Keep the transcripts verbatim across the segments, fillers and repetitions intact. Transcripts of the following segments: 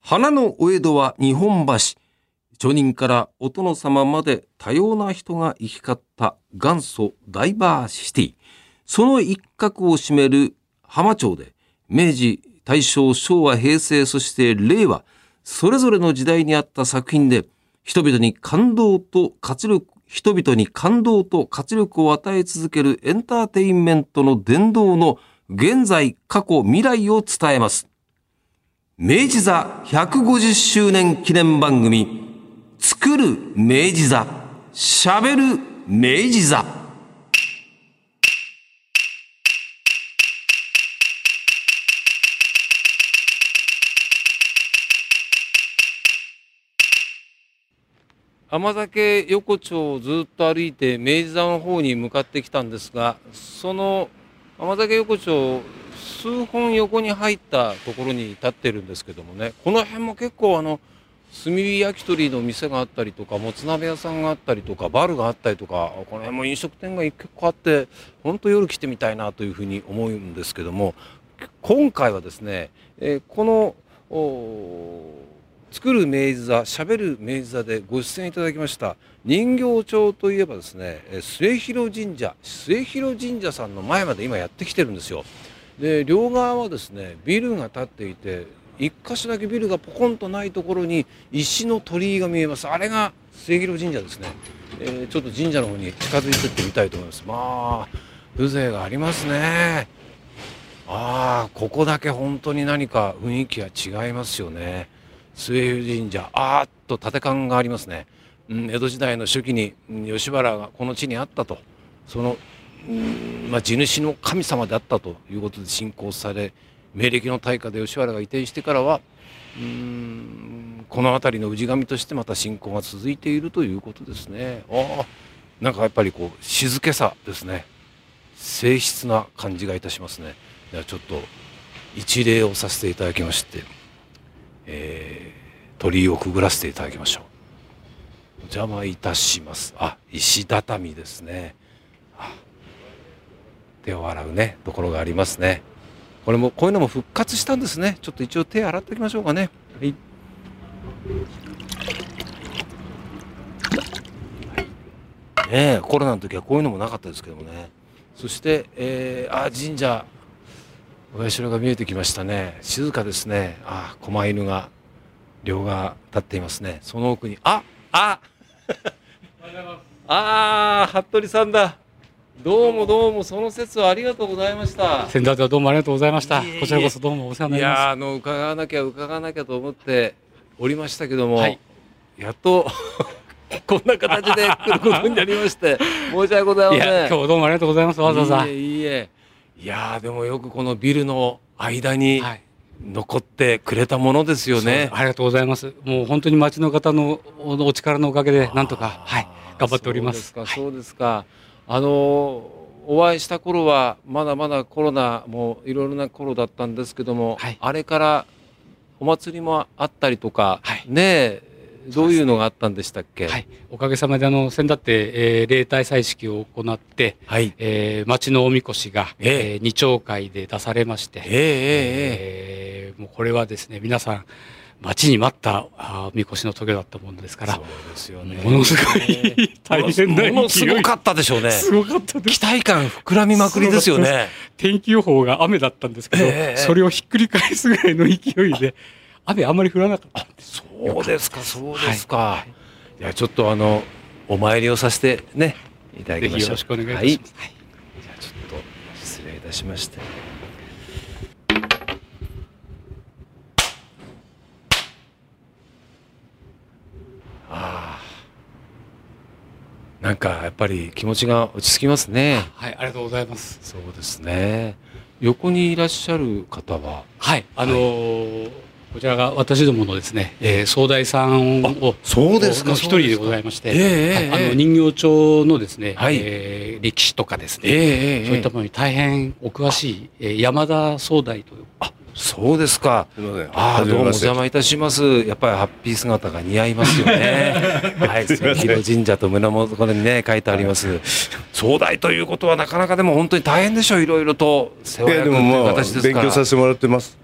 花のお江戸は日本橋。町人からお殿様まで多様な人が行き交った元祖ダイバーシティ。その一角を占める浜町で、明治、大正、昭和、平成、そして令和、それぞれの時代にあった作品で、人々に感動と活力、人々に感動と活力を与え続けるエンターテインメントの殿堂の現在、過去、未来を伝えます。明治座ひゃくごじゅっしゅうねん記念番組、作る明治座、喋る明治座。甘酒横丁をずっと歩いて明治座の方に向かってきたんですが、その甘酒横丁数本横に入ったところに立ってるんですけどもね、この辺も結構あの炭火焼き鳥の店があったりとか、もつ鍋屋さんがあったりとか、バルがあったりとか、この辺も飲食店が結構あって、本当夜来てみたいなというふうに思うんですけども、今回はですね、えー、この作る明治座、しゃべる明治座でご出演いただきました人形町といえばですね、末広神社、末広神社さんの前まで今やってきてるんですよ。で、両側はですね、ビルが建っていて、一箇所だけビルがポコンとないところに石の鳥居が見えます。あれが末広神社ですね。えー、ちょっと神社の方に近づいてってみたいと思います。まあ風情がありますね。ああ、ここだけ本当に何か雰囲気が違いますよね。末広神社、あーっと建て看がありますね。うん、江戸時代の初期に吉原がこの地にあったと、その、うんまあ、地主の神様であったということで信仰され、明暦の大火で吉原が移転してからはうーんこの辺りの氏神としてまた信仰が続いているということですね。ああ、なんかやっぱりこう静けさですね。静謐な感じがいたしますね。ではちょっと一礼をさせていただきまして、えー、鳥居をくぐらせていただきましょう。お邪魔いたします。あ、石畳ですね。あ、手を洗うねところがありますね。これもこういうのも復活したんですね。ちょっと一応手洗っておきましょうかね。はい。ねえ、コロナの時はこういうのもなかったですけどもね。そして、えー、あ神社、お社が見えてきましたね。静かですね。あ、狛犬が両側立っていますね。その奥にああああ、服部さんだ。どうもどうも、その説はありがとうございました。 先代はどうもありがとうございました。いえいえ、こちらこそどうもお世話になります。 いや、あの伺わなきゃ伺わなきゃと思っておりましたけども、はい、やっとこんな形で来ることになりまして申し訳ございません。いや、今日どうもありがとうございます。わざわざ。 いいえいいえ。いやでもよくこのビルの間に残ってくれたものですよね。 はい、ありがとうございます。もう本当に町の方のお力のおかげでなんとか、はい、頑張っております。 そうですか、そうですか。はい、あのお会いした頃はまだまだコロナもいろいろな頃だったんですけども、はい、あれからお祭りもあったりとか、はい、ねえ、どういうのがあったんでしたっけ。 はい、おかげさまであの先だって、えー、例大祭式を行って、はい、えー、町のおみこしが、えーえー、二町会で出されまして、えーえーえー、もうこれはですね、皆さん待ちに待ったあみこしの時だったものですから、 そうですよね、 ものすごい大変な勢い、 ものすごかったでしょうね。 すごかったです。 期待感膨らみまくりですよね。 天気予報が雨だったんですけど、えー、それをひっくり返すぐらいの勢いで雨あんまり降らなかったんです。 そうですか、そうですか。はい、いやちょっとあのお参りをさせてねいただきましょう。 ぜひよろしくお願いいたします。はい、じゃあちょっと失礼いたしまして。ああ、なんかやっぱり気持ちが落ち着きますね。 はい、ありがとうございます。 そうですね。横にいらっしゃる方は、 はい、あのーはい、こちらが私どものですね、えー、総大さんをそうですか、 の一人でございまして、 えーはい、あの人形町のですね、はい、えー、歴史とかですね、えー、そういったものに大変お詳しい、えー、山田総大という。 あ、そうですか。あ、どうもお邪魔いたします。やっぱりハッピー姿が似合いますよね。はい、末広神社と胸元にね書いてあります。総大ということはなかなかでも本当に大変でしょう。いろいろと世話役という形ですから。 勉強させてもらってます。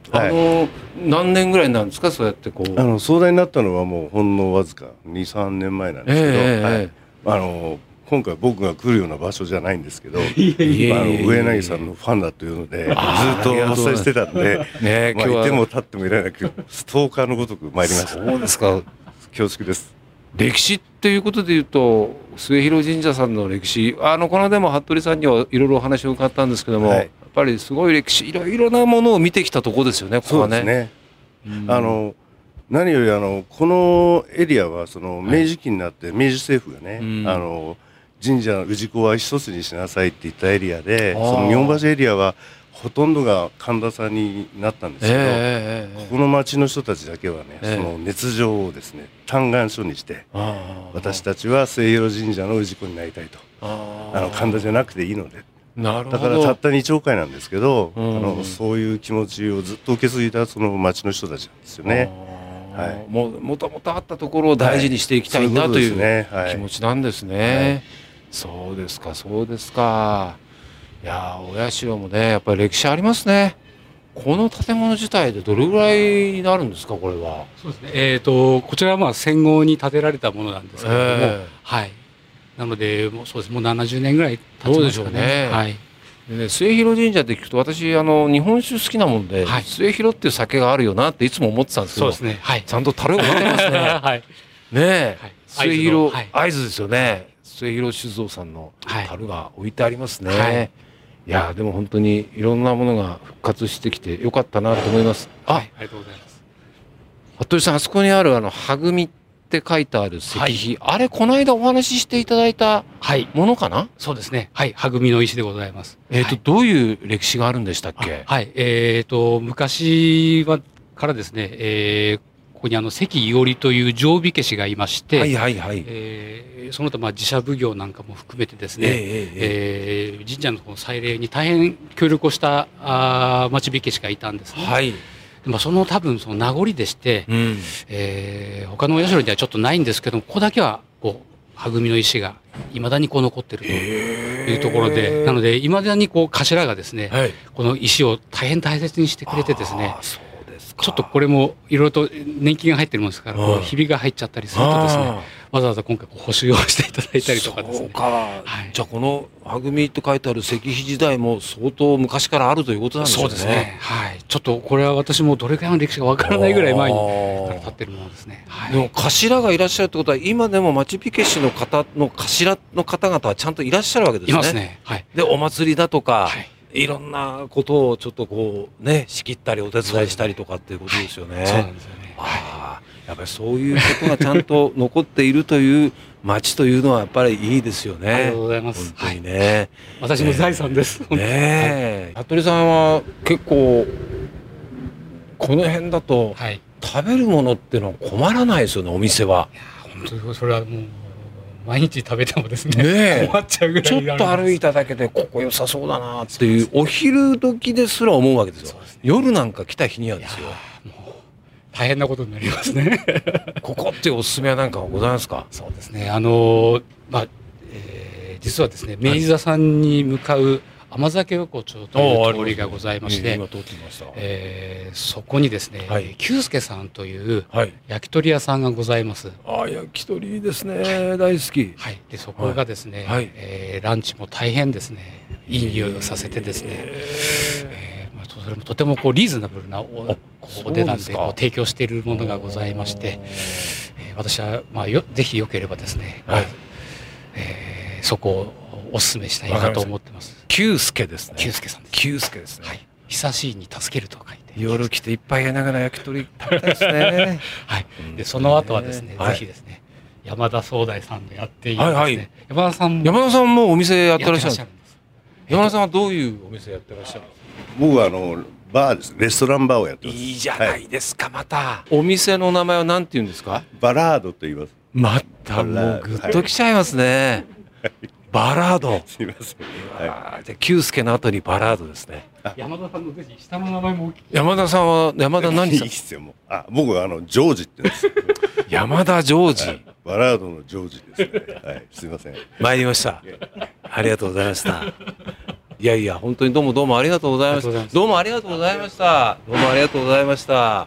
あの何年ぐらいなんですか、そうやってこう。 あの壮大になったのはもうほんのわずかにさんねんまえなんですけど、えーはい、あの今回僕が来るような場所じゃないんですけど、あの上柳さんのファンだというのでずっとお伝えしてたんで、ね、まあ、いても立ってもいられなくストーカーのごとく参りました。 そうですか。 恐縮です。 歴史っていうことでいうと末広神社さんの歴史、あのこのでも服部さんにはいろいろお話を伺ったんですけども、はい、やっぱりすごい歴史、いろいろなものを見てきたところですよね、ここはね。 そうですね。あの何よりあのこのエリアはその明治期になって明治政府がね、はい、あの神社氏子は一つにしなさいって言ったエリアで、その日本橋エリアはほとんどが神田さんになったんですけど、えー、ここの町の人たちだけはね、えー、その熱情をですね嘆願書にして、私たちは末広神社の氏子になりたいと、ああの神田じゃなくていいので、 なるほど、 だからたったに町会なんですけど、うん、あのそういう気持ちをずっと受け継いだその町の人たちなんですよね。 はい、ももともとあったところを大事にしていきたいんだ、はい、という気持ちなんですね。はい、そうですか、そうですか。いやー、お社もね、やっぱり歴史ありますね。この建物自体でどれぐらいになるんですか、これは。 そうですね。えっとこちらはまあ戦後に建てられたものなんですけれども、えー、はい。なのでもうそうです、もうななじゅうねんぐらい経ちましたね。ね、はい。 でね、末広神社って聞くと、私あの日本酒好きなもんで、はい、末広っていう酒があるよなっていつも思ってたんですけど、 そうですね、はい、 ちゃんと樽が置いてますね。はい、ねえ、はい、末広会津ですよね。末広酒造さんの樽が置いてありますね。はい、いやでも本当にいろんなものが復活してきてよかったなと思います。あ、 はい、ありがとうございます。 服部さん、あそこにあるあのは組って書いてある石碑、はい、あれこの間お話ししていただいたものかな。はい、 そうですね。はい、は組の石でございます。 えっ、ー、と、はい、どういう歴史があるんでしたっけ。 はい、えっ、ー、と昔はからですね、えー、ここにあの関伊織という定火消しがいまして、はいはいはい、えー、その他まあ寺社奉行なんかも含めてですね、えーえー、神社のこの祭礼に大変協力をしたあ町火消しがいたんですね。はい、まあ、その多分その名残でして、うん、えー、他のお社にはちょっとないんですけども、ここだけはこうは組の石がいまだにこう残っているというところで、なのでいまだにこう頭がですね、はい、この石を大変大切にしてくれてですね、ちょっとこれもいろいろと年金が入ってるものですから、こうひびが入っちゃったりするとですね、わざわざ今回こう補修をしていただいたりとかですね。 そうか、はい、じゃあこのは組って書いてある石碑時代も相当昔からあるということなんですね。 そうですね。はい。ちょっとこれは私もどれくらいの歴史がわからないぐらい前に立ってるものですね。はい、 でも頭がいらっしゃるってことは、今でも町火消しの方の頭の方々はちゃんといらっしゃるわけですね。 いますね。はい。 でお祭りだとか。はい、いろんなことをちょっとこうね仕切ったりお手伝いしたりとかっていうことですよね。 そうなんですよね。 あ、やっぱりそういうことがちゃんと残っているという町というのはやっぱりいいですよね。 ありがとうございます。 本当にね。はい、 私の財産です。 ねえ。服部さんは結構この辺だと食べるものっていうのは困らないですよね、お店は。 いや本当にそれはもう。毎日食べてもですね、ね困っちゃうぐらいちょっと歩いただけでここ良さそうだなっていうお昼時ですら思うわけですよ。す、ね、夜なんか来た日にはですよ、もう大変なことになりますね。 ここっておすすめは何かございますか。 そうですね、あのまあ、えー、実はですね明治座さんに向かう甘酒横丁という通りがございまして、 今通ってました、 えー、そこにですね、はい、久助さんというはい焼き鳥屋さんがございます。 ああ、焼き鳥いいですね、はい、大好き。 はい、でそこがですね、はい、えー、ランチも大変ですねいい匂いをさせてですね、えーまあ、それもとてもこうリーズナブルな お, お値段でこう提供しているものがございまして、えー、私は、まあ、よぜひよければですね、はい、えー、そこをお勧めしたいなと思ってます。 久助ですね。 久助さんです。 久助ですね。 はい。久しいに助けると書いて。 夜来て一杯やながら焼き鳥食べたいですね。 はい。でその後はですね、はい、ぜひですね、山田総大さんでやっているですね。はいはい、山田さんも山田さんもお店やってらっしゃるんです。山田さんはどういうお店やってらっしゃるんですか。 僕はあのバーです。レストランバーをやってます。 いいじゃないですか、はい、また。お店の名前は何て言うんですか。 バラードと言います。 またもうグッときちゃいますね。はい、バラード。 すみません。 はい、じゃあ久助の後にバラードですね。 山田さんのぜひ下の名前も。 山田さんは山田何さん。 いいっすよもう。あ、僕はあのジョージって言うんです。 山田ジョージ、 はい。バラードのジョージですね。はい、すみません。 参りました。ありがとうございました。 いやいや、本当にどうもどうもありがとうございました。どうもありがとうございました。どうもありがとうございました。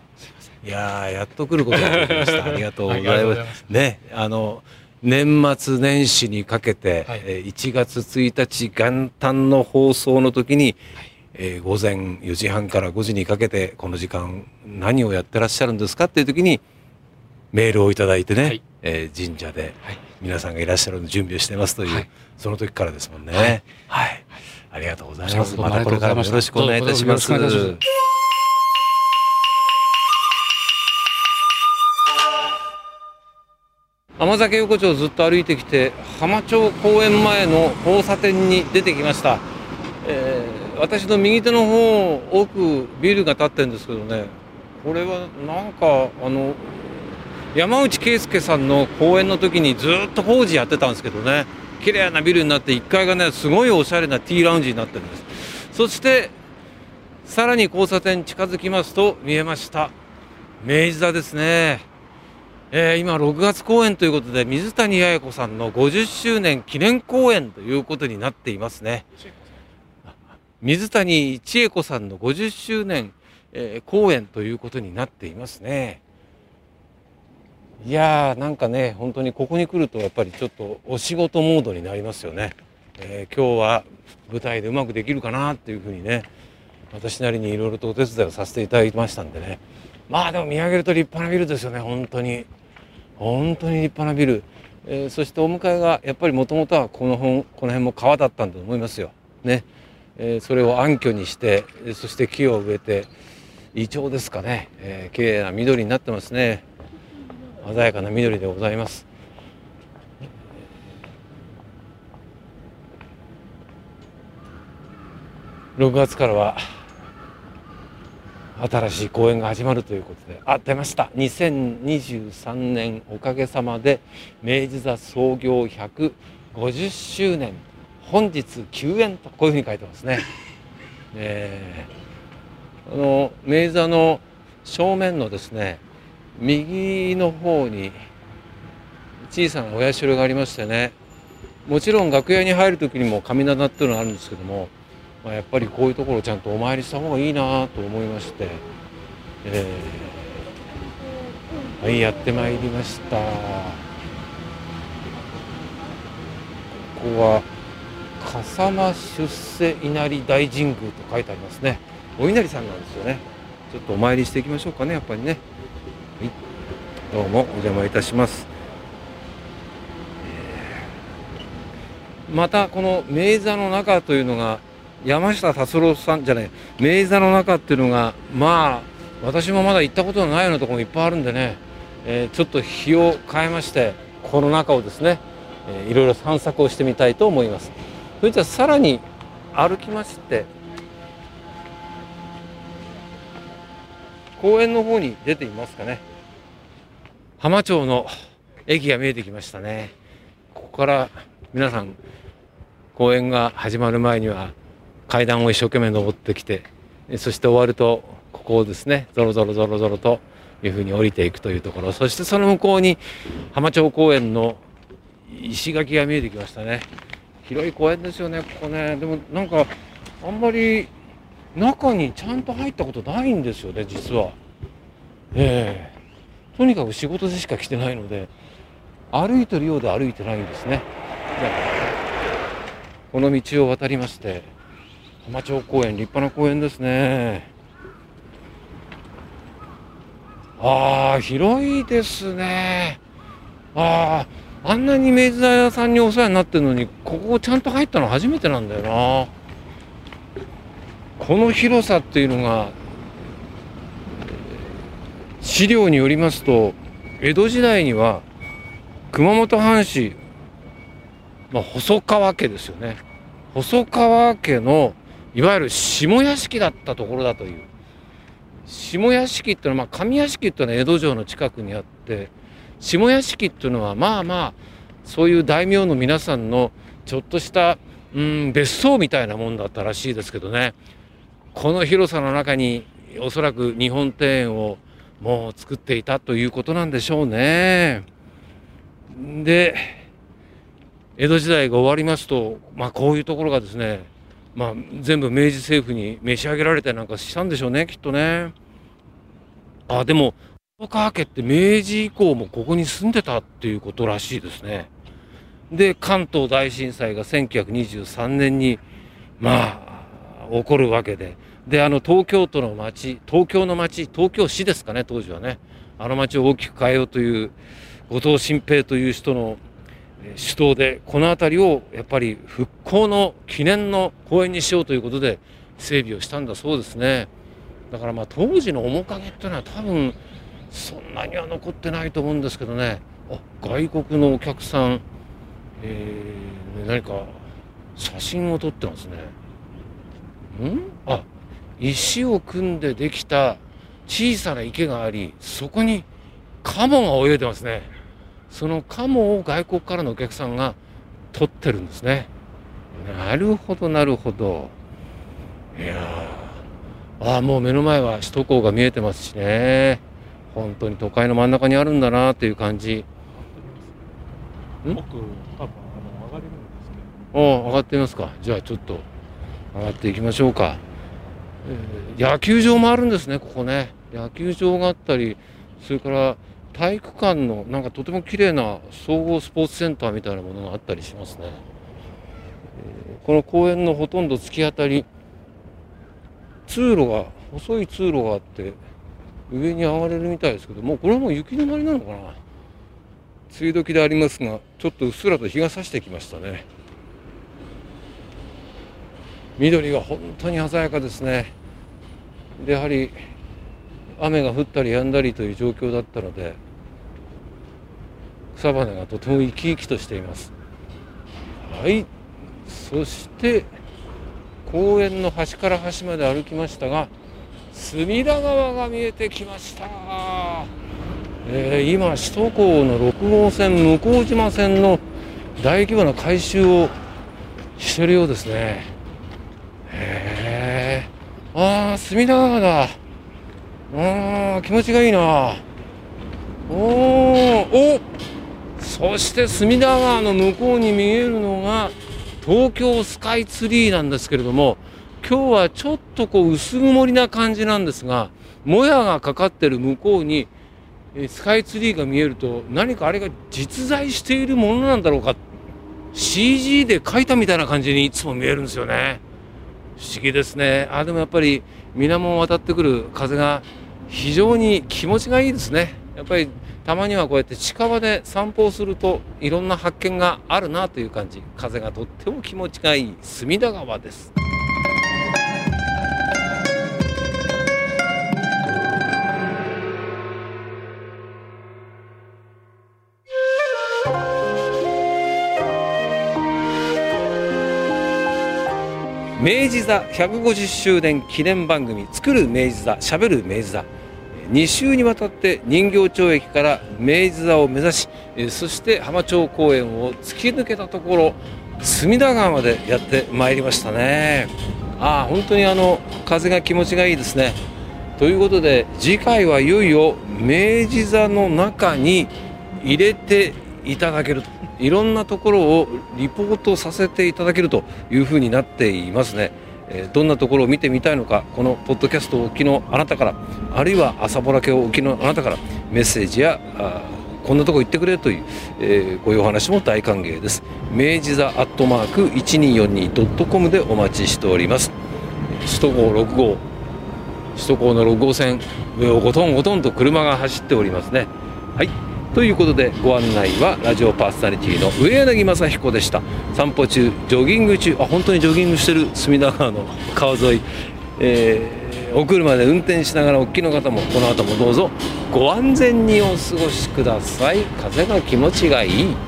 いやー、やっと来ることができました。ありがとうございます。ね、あの年末年始にかけて、はい、えー、いちがつついたち元旦の放送の時に、はい、えー、午前よじはんからごじにかけてこの時間何をやってらっしゃるんですかっていう時にメールをいただいてね、はい、えー、神社で皆さんがいらっしゃるの準備をしてますという、はい、その時からですもんね。はい、はい、ありがとうございます。またこれからもよろしくお願いいたします。甘酒横丁をずっと歩いてきて浜町公園前の交差点に出てきました。えー、私の右手の方奥ビルが建ってるんですけどね、これはなんかあの山内圭介さんの公演の時にずっと工事やってたんですけどね、綺麗なビルになっていっかいがねすごいおしゃれなティーラウンジになってるんです。そしてさらに交差点近づきますと見えました明治座ですね。えー、今ろくがつ公演ということで水谷八重子さんのごじゅっしゅうねん記念公演ということになっていますね。水谷千恵子さんのごじゅっしゅうねん、えー、公演ということになっていますね。いやー、なんかね本当にここに来るとやっぱりちょっとお仕事モードになりますよね。えー、今日は舞台でうまくできるかなっていうふうにね、私なりにいろいろとお手伝いをさせていただきましたんでね。まあでも見上げると立派なビルですよね。本当に本当に立派なビル、えー、そしてお迎えがやっぱりもともとはこの辺この辺も川だったんだと思いますよね。えー、それを暗渠にして、そして木を植えてイチョウですかね、えー、綺麗な緑になってますね。鮮やかな緑でございます。ろくがつからは新しい公演が始まるということで、あ、出ました。にせんにじゅうさんねんおかげさまで明治座創業ひゃくごじゅっしゅうねん本日休演とこういうふうに書いてますね。えー、あの明治座の正面のですね右の方に小さなお社がありましてね、もちろん楽屋に入る時にも神棚っていうのがあるんですけども、まあ、やっぱりこういうところをちゃんとお参りした方がいいなと思いまして、えー、はい、やってまいりました。ここは笠間出世稲荷大神宮と書いてありますね。お稲荷さんなんですよね。ちょっとお参りしていきましょうかね、やっぱりね。はい、どうもお邪魔いたします。えー、またこの明治座の中というのが山下達郎さんじゃない明治座の中っていうのが、まあ私もまだ行ったことのないようなところもいっぱいあるんでね、えー、ちょっと日を変えましてこの中をですね、えー、いろいろ散策をしてみたいと思います。それじゃあさらに歩きまして公園の方に出てみますかね。浜町の駅が見えてきましたね。ここから皆さん公演が始まる前には階段を一生懸命登ってきて、そして終わるとここをですねゾロゾロゾロゾロというふうに降りていくというところ、そしてその向こうに浜町公園の石垣が見えてきましたね。広い公園ですよね、ここね。でもなんかあんまり中にちゃんと入ったことないんですよね、実は。ええー、とにかく仕事でしか来てないので歩いてるようで歩いてないんですね。じゃあこの道を渡りまして浜町公園、立派な公園ですね。ああ、広いですね。ああ、あんなに明治座屋さんにお世話になってるのにここちゃんと入ったの初めてなんだよな。この広さっていうのが資料によりますと江戸時代には熊本藩士、まあ、細川家ですよね。細川家のいわゆる下屋敷だったところだという。下屋敷っていうのは、まあ、上屋敷っていうのは江戸城の近くにあって、下屋敷っていうのはまあまあそういう大名の皆さんのちょっとしたうん別荘みたいなもんだったらしいですけどね。この広さの中におそらく日本庭園をもう作っていたということなんでしょうね。で江戸時代が終わりますと、まあ、こういうところがですね、 まあ、全部明治政府に召し上げられたりなんかしたんでしょうね、きっとね。あ、でも細川家って明治以降もここに住んでたっていうことらしいですね。で、関東大震災がせんきゅうひゃくにじゅうさんねんにまあ起こるわけで、で、あの東京都の町、東京の町、東京市ですかね、当時はね、あの町を大きく変えようという後藤新平という人の主導で、この辺りをやっぱり復興の記念の公園にしようということで整備をしたんだそうですね。だからまあ当時の面影っていうのは多分そんなには残ってないと思うんですけどね。あ、外国のお客さん、えー、何か写真を撮ってますね。ん？あ、石を組んでできた小さな池があり、そこにカモが泳いでますね。そのカモを外国からのお客さんが撮ってるんですね。なるほどなるほど。いやー、ああ、もう目の前は首都高が見えてますしね。本当に都会の真ん中にあるんだなっていう感じ。ん？ 奥、多分あの上がれるんですけど。ああ、上がってみますか。じゃあちょっと上がっていきましょうか。えー、野球場もあるんですね、ここね。野球場があったり、それから体育館のなんかとても綺麗な総合スポーツセンターみたいなものがあったりしますね。えー、この公園のほとんど突き当たり、通路が細い通路があって上に上がれるみたいですけど、もうこれはもう雪のまりなのかな。梅雨時でありますが、ちょっとうっすらと日が差してきましたね。緑が本当に鮮やかですね。でやはり雨が降ったり止んだりという状況だったので、草花がとても生き生きとしています。はい、そして公園の端から端まで歩きましたが、隅田川が見えてきました。えー、今首都高のろく号線向島線の大規模な改修をしてるようですね。へー、あー、隅田川だ。あー、気持ちがいいな。おー、お、そして隅田川の向こうに見えるのが東京スカイツリーなんですけれども、今日はちょっとこう薄曇りな感じなんですが、もやがかかってる向こうにスカイツリーが見えると、何かあれが実在しているものなんだろうか、 シージー で描いたみたいな感じにいつも見えるんですよね。不思議ですね。あ、でもやっぱり水面を渡ってくる風が非常に気持ちがいいですね。やっぱりたまにはこうやって近場で散歩をするといろんな発見があるなという感じ。風がとっても気持ちがいい隅田川です。明治座ひゃくごじゅっしゅうねん記念番組、作る明治座、しゃべる明治座、に週にわたって人形町駅から明治座を目指し、そして浜町公園を突き抜けたところ、隅田川までやってまいりましたね。ああ、本当にあの風が気持ちがいいですね。ということで次回はいよいよ明治座の中に入れていただけると、いろんなところをリポートさせていただけるというふうになっていますね。えー、どんなところを見てみたいのか、このポッドキャストをお聞きのあなたから、あるいは朝ぼらけをお聞きのあなたからメッセージやあこんなとこ行ってくれという、えー、こういうお話も大歓迎です。明治座アットマーク いちにーよんにードットコム でお待ちしております。首都高ろく号、首都高のろく号線、上をゴトンゴトンと車が走っておりますね。はい、ということでご案内はラジオパーソナリティの上柳正彦でした。散歩中、ジョギング中、あ、本当にジョギングしてる隅田川の川沿い、えー、お車で運転しながらお聞きの方もこの後もどうぞご安全にお過ごしください。風が気持ちがいい。